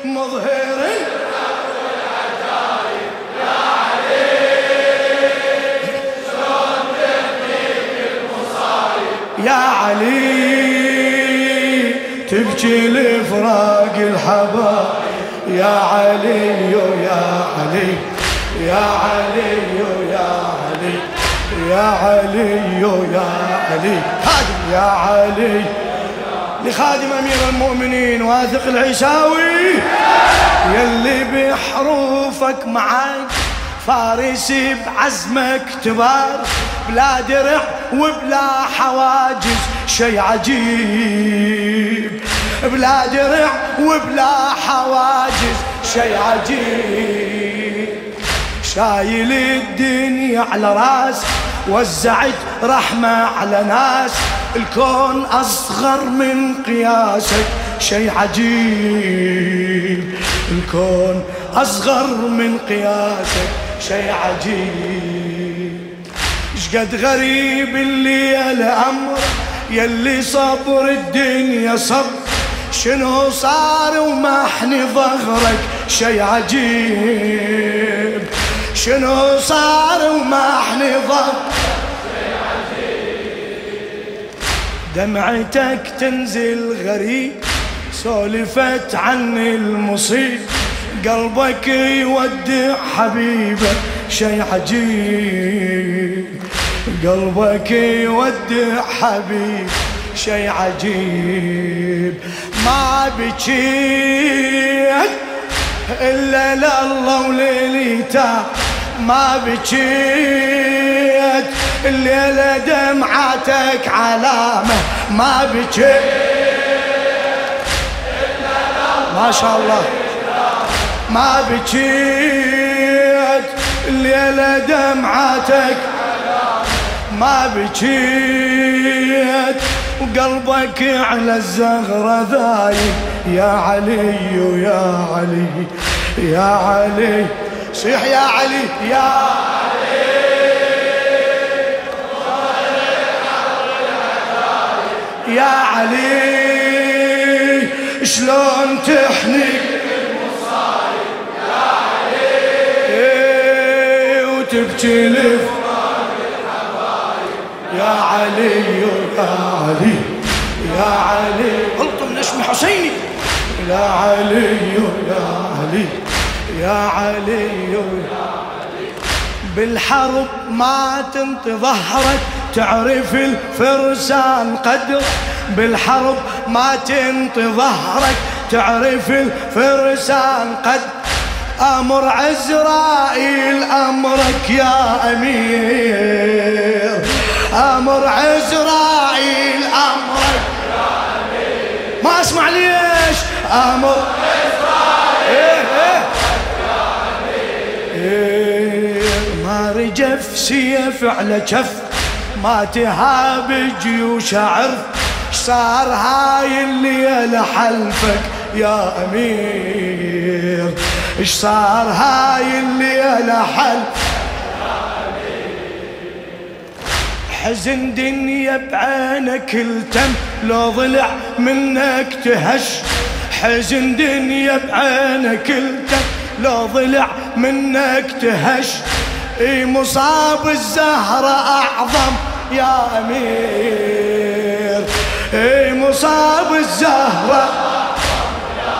مظهر يا علي تبكي لفراق الحبايب يا علي يا علي يا علي يا علي يا علي يا علي خادم يا علي لخادم أمير المؤمنين واثق العيساوي يلي بحروفك معاك فارس بعزمك تبار بلا درع وبلا حواجز شي عجيب بلا درع وبلا حواجز شي عجيب شايل الدنيا على راس وزعت رحمة على ناس الكون أصغر من قياسك شي عجيب الكون أصغر من قياسك شي عجيب شقد غريب اللي الأمر يلي صبر الدنيا صبر شنو صار ومحني ظهرك شي عجيب شنو صار ومحني ظهرك شي عجيب دمعتك تنزل غريب سولفت عن المصيب قلبك يودع حبيبك شي عجيب قلبك يودع حبيب شي عجيب ما بكيت إلا لله وليلته ما بكيت الليلة دمعتك علامة ما بكيت ما شاء الله ما بكيت الليلة دمعتك ما بكيت وقلبك على الزهرة ذايب يا علي يا علي يا علي صيح يا علي يا علي يا علي شلون تحني المصايب يا علي وتبكي لفراق الحبايب يا علي يا علي يا علي غلطوا من اسم حسيني يا علي يا علي يا علي يا علي بالحرب ما تنطي ظهرك تعرف الفرسان قدر بالحرب ما تنطي ظهرك تعرف الفرسان قد أمر عزرائيل أمرك يا أمير أمر عزرائيل أمرك يا أمير ما أسمع ليش أمر عزرائيل يا أمير ما رجف سيف على كف ما تهاب جيوش عرف صار هاي الليلة حلفك يا أمير إيش صار هاي الليلة حلفك يا أمير حزن دنيا بعينك التم لو ضلع منك تهش حزن دنيا بعينك التم لو ضلع منك تهش اي مصاب الزهرة أعظم يا أمير اي مصاب الزهرة يا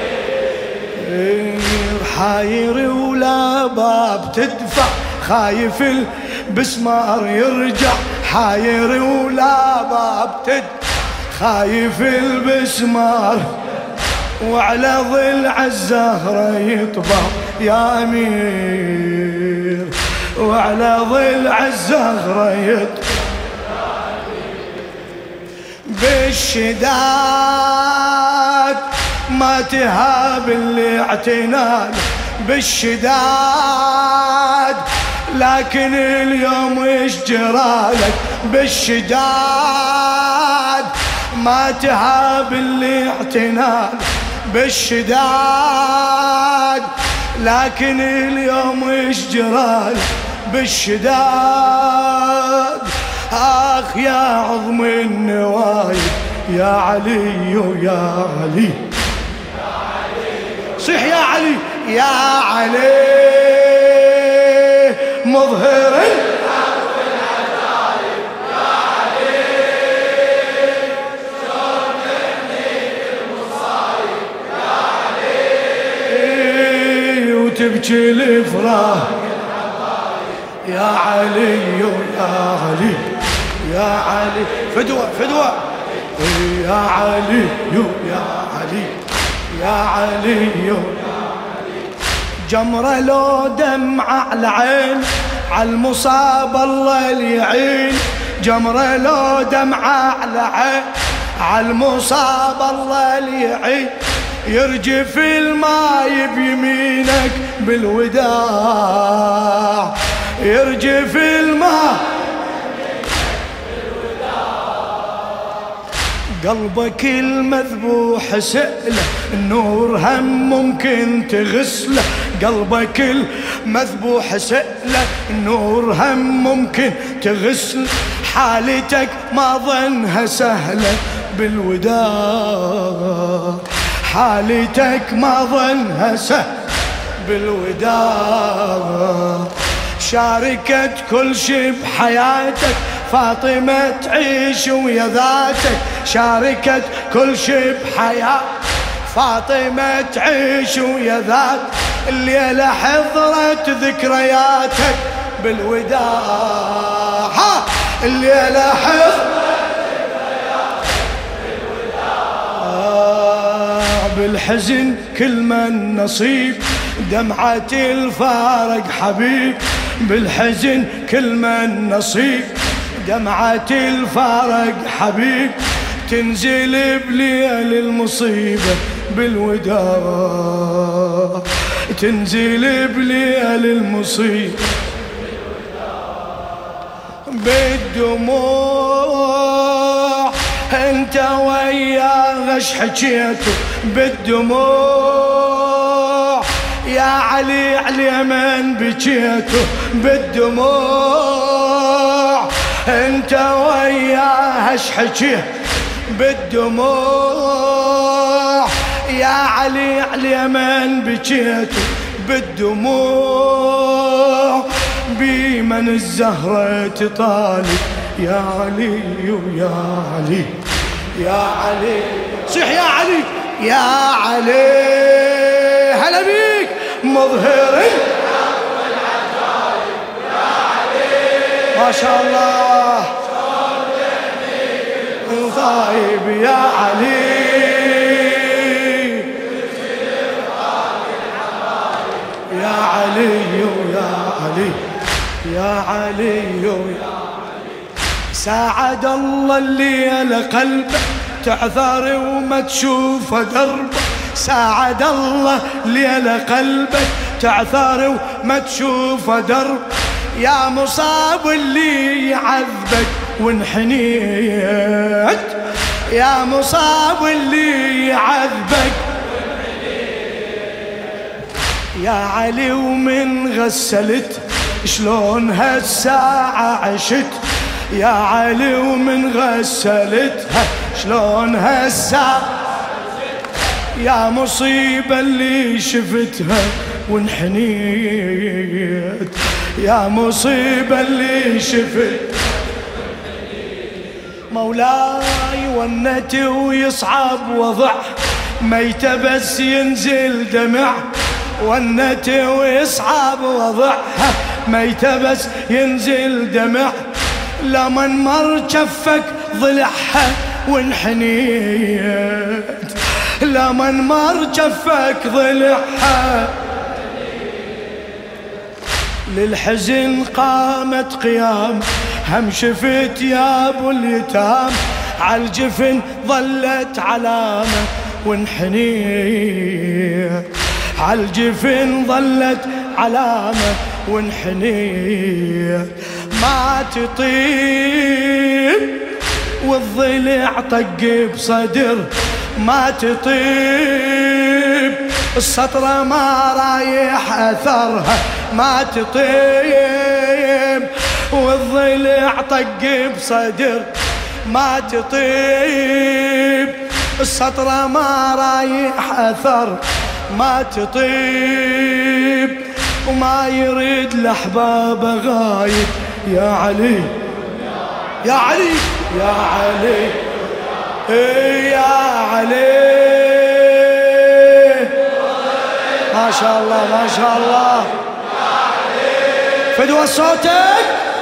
أمير حاير ولا باب تدفع خايف البسمار يرجع حاير ولا باب تدفع خايف البسمار وعلى ضلع الزهرة يطبع يا أمير وعلى ضلع الزهرة يطبع بالشداد ما تهاب الاعتناد بالشداد لكن اليوم ايش جرالك بالشداد ما تهاب الاعتناد بالشداد لكن اليوم ايش جرالك بالشداد آخ يا عظم النوايب يا علي يا علي يا علي صيح يا علي يا علي مظهر الحق والعجائب يا علي شلون تهنيك المصايب يا علي وتبكي الافراح يا علي يا علي يا علي فدوة فدوة يا علي يا علي يا علي يا علي جمرة لو دمعة على عين عالمصاب الله ليعين جمرة لو دمعة على عين عالمصاب الله ليعين يرجف الماي بيمينك بالوداع يرجف الماء قلبك المذبوح سئله النور هم ممكن تغسله قلبك المذبوح سئله النور هم ممكن تغسله حالتك ما ظنها سهلة بالوداع حالتك ما ظنها سهلة بالوداع شاركت كل شي بحياتك فاطمة تعيش ويا ذاتك شاركت كل شي بحياتك فاطمة تعيش ويا ذات الليلة حضرت ذكرياتك بالوداع الليلة حضرت ذكرياتك بالوداع بالحزن كل من نصيب دمعة الفارق حبيب بالحزن كل من نصيب دمعة الفارق حبيب تنزل بليل المصيبة بالوداع تنزل بليل المصيبة بالدموع انت وياه اش حكيتوا بالدموع يا علي علي من بكيته بالدموع انت وياه اش حكيه بالدموع يا علي علي من بكيته بالدموع بمن الزهرة تطالب يا علي ويا علي يا علي صيح يا علي يا علي هلا بيك مظهر الحق والعجائب يا علي ما شاء الله شلون تهنيك المصايب يا علي يا علي يا علي يا علي يا علي ساعد الله الليلة قلبك تعثر وما تشوف دربك ساعد الله ليلة قلبك تعثر وما تشوف درب يا مصاب اللي يعذبك وانحنيت يا مصاب اللي يعذبك يا علي ومن غسلت شلون هالساعة عشت يا علي ومن غسلتها شلون هالساعة يا مصيبة اللي شفتها وانحنيت يا مصيبة اللي شفت مولاي ونت ويصعب وضع ميتة بس ينزل دمع ونت ويصعب وضعها ميتة بس ينزل دمع لمن مر كفك ضلعها وانحنيت لمن مر كفك ضلعها للحزن قامت قيام هم شفت يا ابو اليتام عالجفن ظلت علامة وانحنيت عالجفن ظلت علامة وانحنيت ما تطيب والضلع طق بصدر ما تطيب السطرة ما رايح أثرها ما تطيب والضلع طق بصدر ما تطيب السطرة ما رايح أثر ما تطيب وما يريد الأحباب غايب. يا علي يا علي يا علي يا علي. ما شاء الله ما شاء الله. فدوى صوتك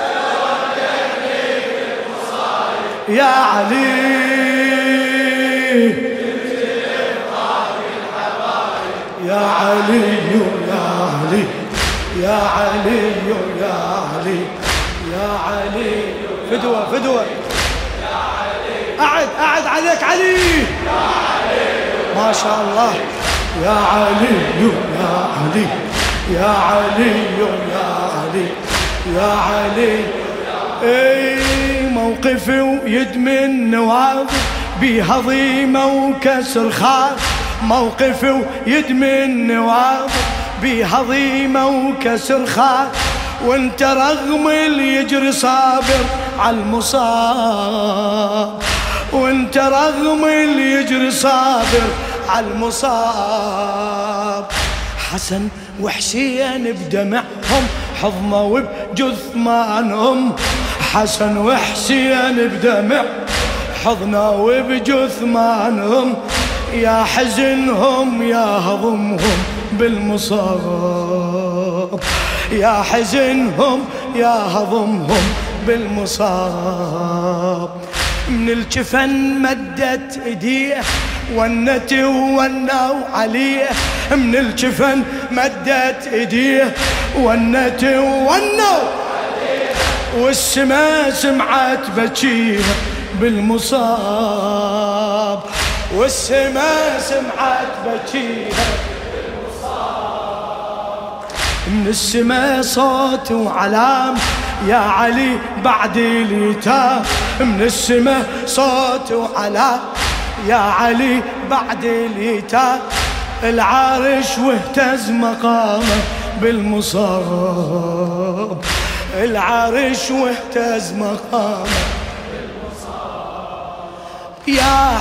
يا علي. يا علي يا علي يا علي يا علي يا علي. فدوى فدوى أعد عليك علي. يا علي ما شاء الله. يا علي يا علي يا علي يا علي يا علي. اي موقفي ويدمي النواظر بهضيمة وكسر خاطر. موقفي ويدمي النواظر بهضيمة وكسر خاطر. وانت رغم اللي يجري صابر على المصاب. وانت رغم اللي يجري صابر على المصاب. حسن وحسين بدمعهم حضنوا بجثمانهم. حسن وحسين بدمع حضنوا بجثمانهم. يا حزنهم يا هضمهم بالمصاب. يا حزنهم يا هضمهم بالمصاب. من الجفن مدت ايديه ونت ونوا عليه. من الجفن مدت ايديه ونت ونوا عليه. والسما سمعت بكيها بالمصاب. والسما سمعت بكيها بالمصاب. من السما صوت وعلام يا علي بعد اليتام. من السما صوت وعلام يا علي بعد اليتام. العارش واهتز مقامه بالمصاب. العارش واهتز مقامه بالمصاب. يا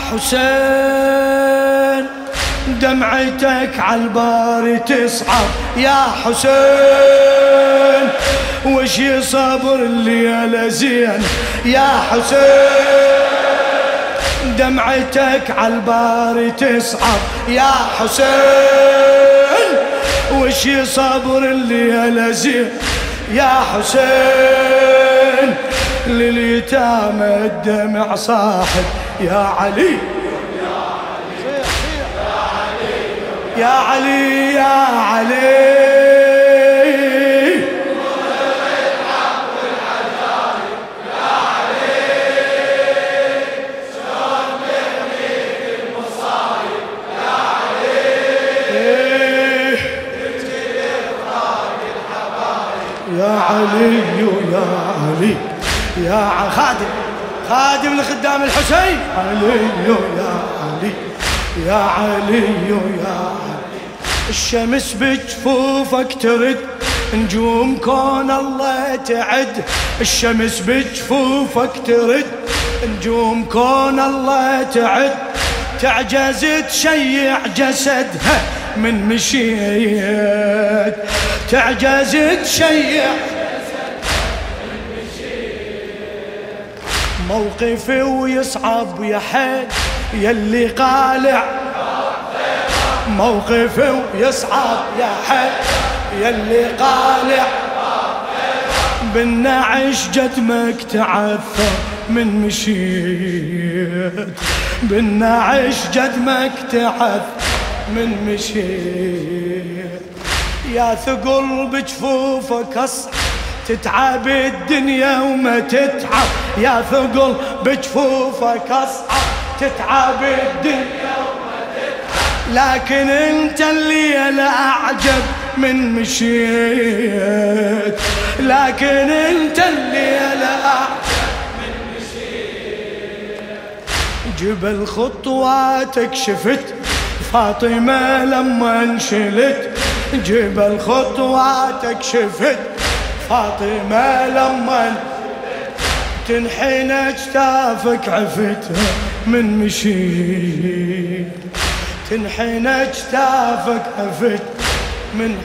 حسين دمعتك عالبار تصعب. يا حسين وش يصبر الليلة زين. يا حسين دمعتك عالبار تصعب. يا حسين وش يصبر الليلة زين. يا حسين لليتامى الدمع صاحب. يا علي يا علي يا علي. يا علي يا علي يا خادم خادم لخدام الحسين. علي يا علي يا علي يا علي. الشمس بجفوفك ترد نجوم كون الله تعد. الشمس بجفوفك ترد نجوم كون الله تعد. تعجز تشيع جسدها من مشيت. تعجز تشيع موقفي ويصعب يا حيل يلي قالع. موقفي ويصعب يا حيل يلي قالع. بالنعش جدمك تعثر من مشيت. بالنعش جدمك تعثر من مشيت. يا ثقل بجفوفك اصعب تتعب الدنيا وما تتعب. يا ثقل بجفوفك اصعب تتعب الدنيا وما تتعب. لكن انت الليلة اعجب من مشيت. لكن انت الليلة اعجب من مشيت. جبل خطواتك شفت فاطمة لما انشلت. جبل خطواتك شفت فاطمة لما تنحنى اجتافك عفتها من مشيت. تنحنى اجتافك افد من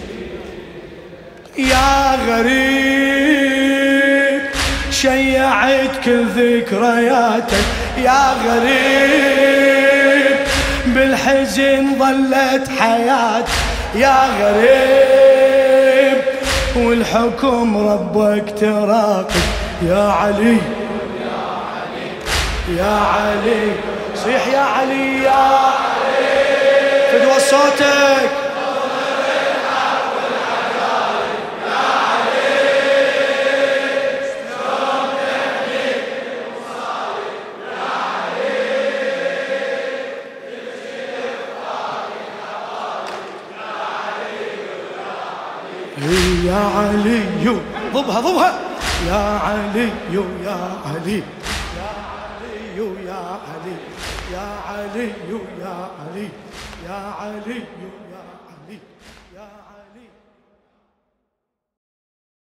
يا غريب شيعت كل ذكرياتك يا غريب بالحزن ظلت حياتك يا غريب والحكم ربك تراقب يا علي يا علي صيح يا علي يا علي فدوى صوتك يا علي ضبها ضبها يا علي يا علي يا علي يا علي يا علي يا علي يا علي يا علي